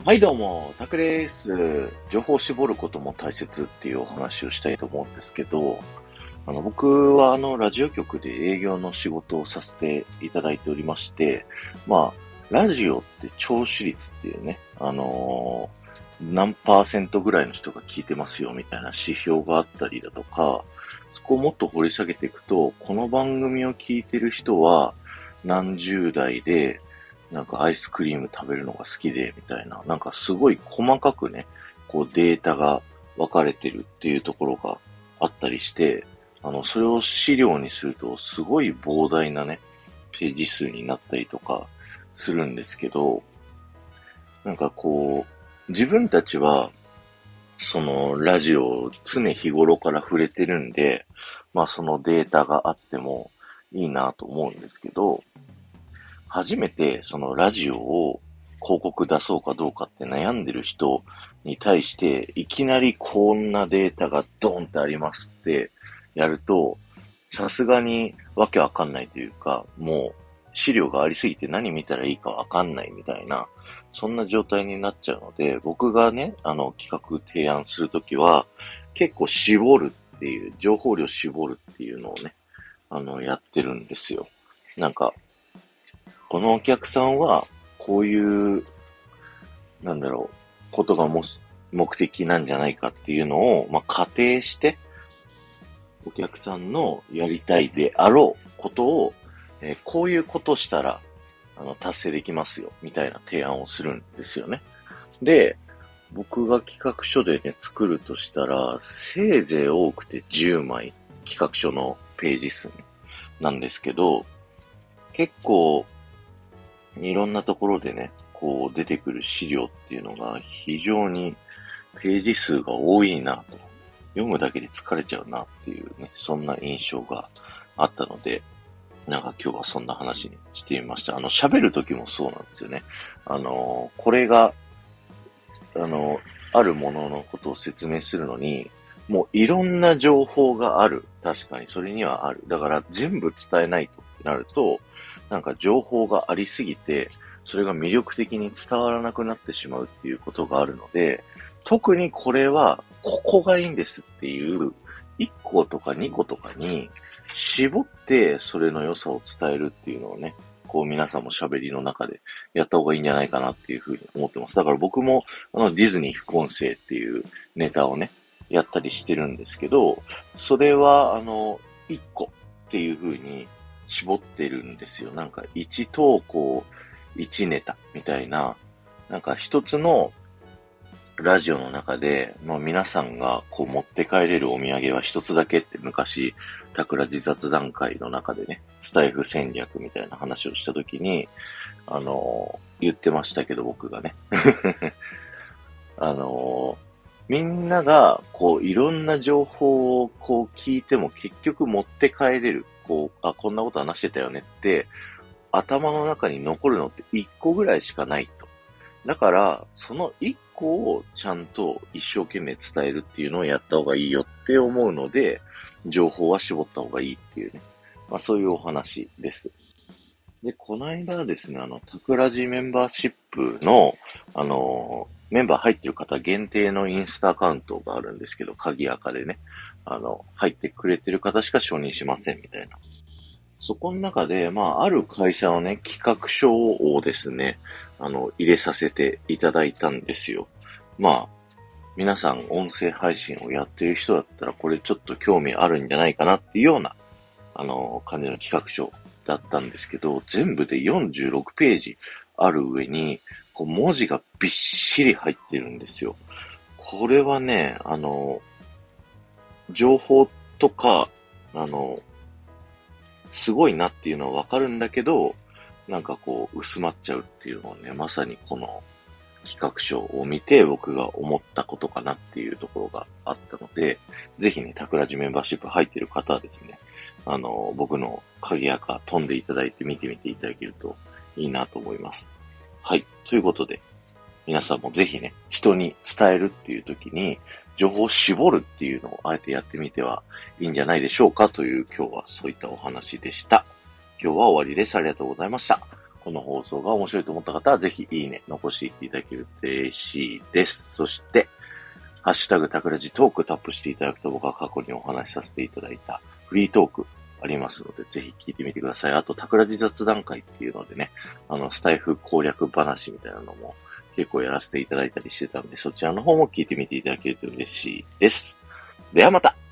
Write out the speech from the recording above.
はいどうも、タクです。情報を絞ることも大切っていうお話をしたいと思うんですけど、僕はラジオ局で営業の仕事をさせていただいておりまして、ラジオって聴取率っていうね、何パーセントぐらいの人が聞いてますよみたいな指標があったりだとか、そこをもっと掘り下げていくと、この番組を聞いてる人は何十代で、なんかアイスクリーム食べるのが好きで、みたいな、なんかすごい細かくね、こうデータが分かれてるっていうところがあったりして、それを資料にするとすごい膨大なね、ページ数になったりとかするんですけど、なんかこう、自分たちは、そのラジオを常日頃から触れてるんで、そのデータがあってもいいなと思うんですけど、初めてそのラジオを広告出そうかどうかって悩んでる人に対して、いきなりこんなデータがドーンってありますってやると、さすがにわけわかんないというか、もう資料がありすぎて何見たらいいかわかんないみたいな、そんな状態になっちゃうので、僕がね、企画提案するときは、結構絞るっていう、情報量絞るっていうのをね、やってるんですよ。なんか、このお客さんは、こういう、ことが目的なんじゃないかっていうのを、仮定して、お客さんのやりたいであろうことを、こういうことしたら、達成できますよ、みたいな提案をするんですよね。で、僕が企画書でね、作るとしたら、せいぜい多くて10枚、企画書のページ数なんですけど、結構、いろんなところでね、こう出てくる資料っていうのが非常にページ数が多いなと、読むだけで疲れちゃうなっていうね、そんな印象があったので、なんか今日はそんな話にしてみました。喋るときもそうなんですよね。これが、あの、あるもののことを説明するのに、もういろんな情報がある。確かにそれにはある。だから全部伝えないとってなると、なんか情報がありすぎて、それが魅力的に伝わらなくなってしまうっていうことがあるので、特にこれは、ここがいいんですっていう、1個とか2個とかに絞ってそれの良さを伝えるっていうのをね、こう皆さんも喋りの中でやった方がいいんじゃないかなっていうふうに思ってます。だから僕もディズニー副音声っていうネタをね、やったりしてるんですけど、それは1個っていう風に絞ってるんですよ。なんか1投稿、1ネタみたいな、なんか一つのラジオの中で、皆さんがこう持って帰れるお土産は一つだけって昔、桜地雑談会の中でね、スタイフ戦略みたいな話をしたときに、言ってましたけど僕がね。あのみんなが、こう、いろんな情報を、こう、聞いても結局持って帰れる。こう、こんなこと話してたよねって、頭の中に残るのって1個ぐらいしかないと。だから、その1個をちゃんと一生懸命伝えるっていうのをやった方がいいよって思うので、情報は絞った方がいいっていうね。そういうお話です。で、この間ですね、タクラジメンバーシップの、メンバー入ってる方限定のインスタアカウントがあるんですけど、鍵垢でね、入ってくれてる方しか承認しませんみたいな。そこの中で、ある会社のね、企画書をですね、入れさせていただいたんですよ。皆さん音声配信をやってる人だったら、これちょっと興味あるんじゃないかなっていうような、感じの企画書だったんですけど、全部で46ページある上に、こう文字がびっしり入ってるんですよ。これはね、情報とか、あの、すごいなっていうのはわかるんだけど、なんかこう、薄まっちゃうっていうのをね、まさにこの企画書を見て僕が思ったことかなっていうところがあったので、ぜひね、タクラジメンバーシップ入ってる方はですね、僕の鍵垢飛んでいただいて見てみていただけるといいなと思います。はい。ということで、皆さんもぜひね、人に伝えるっていう時に、情報を絞るっていうのをあえてやってみてはいいんじゃないでしょうかという今日はそういったお話でした。今日は終わりです。ありがとうございました。 この放送が面白いと思った方は、ぜひいいね、残していっていただけると嬉しいです。そして、ハッシュタグタクラジトークタップしていただくと僕は過去にお話しさせていただいたフリートークありますので、ぜひ聞いてみてください。あと、タクラジ雑談会っていうのでね、スタイフ攻略話みたいなのも結構やらせていただいたりしてたんで、そちらの方も聞いてみていただけると嬉しいです。ではまた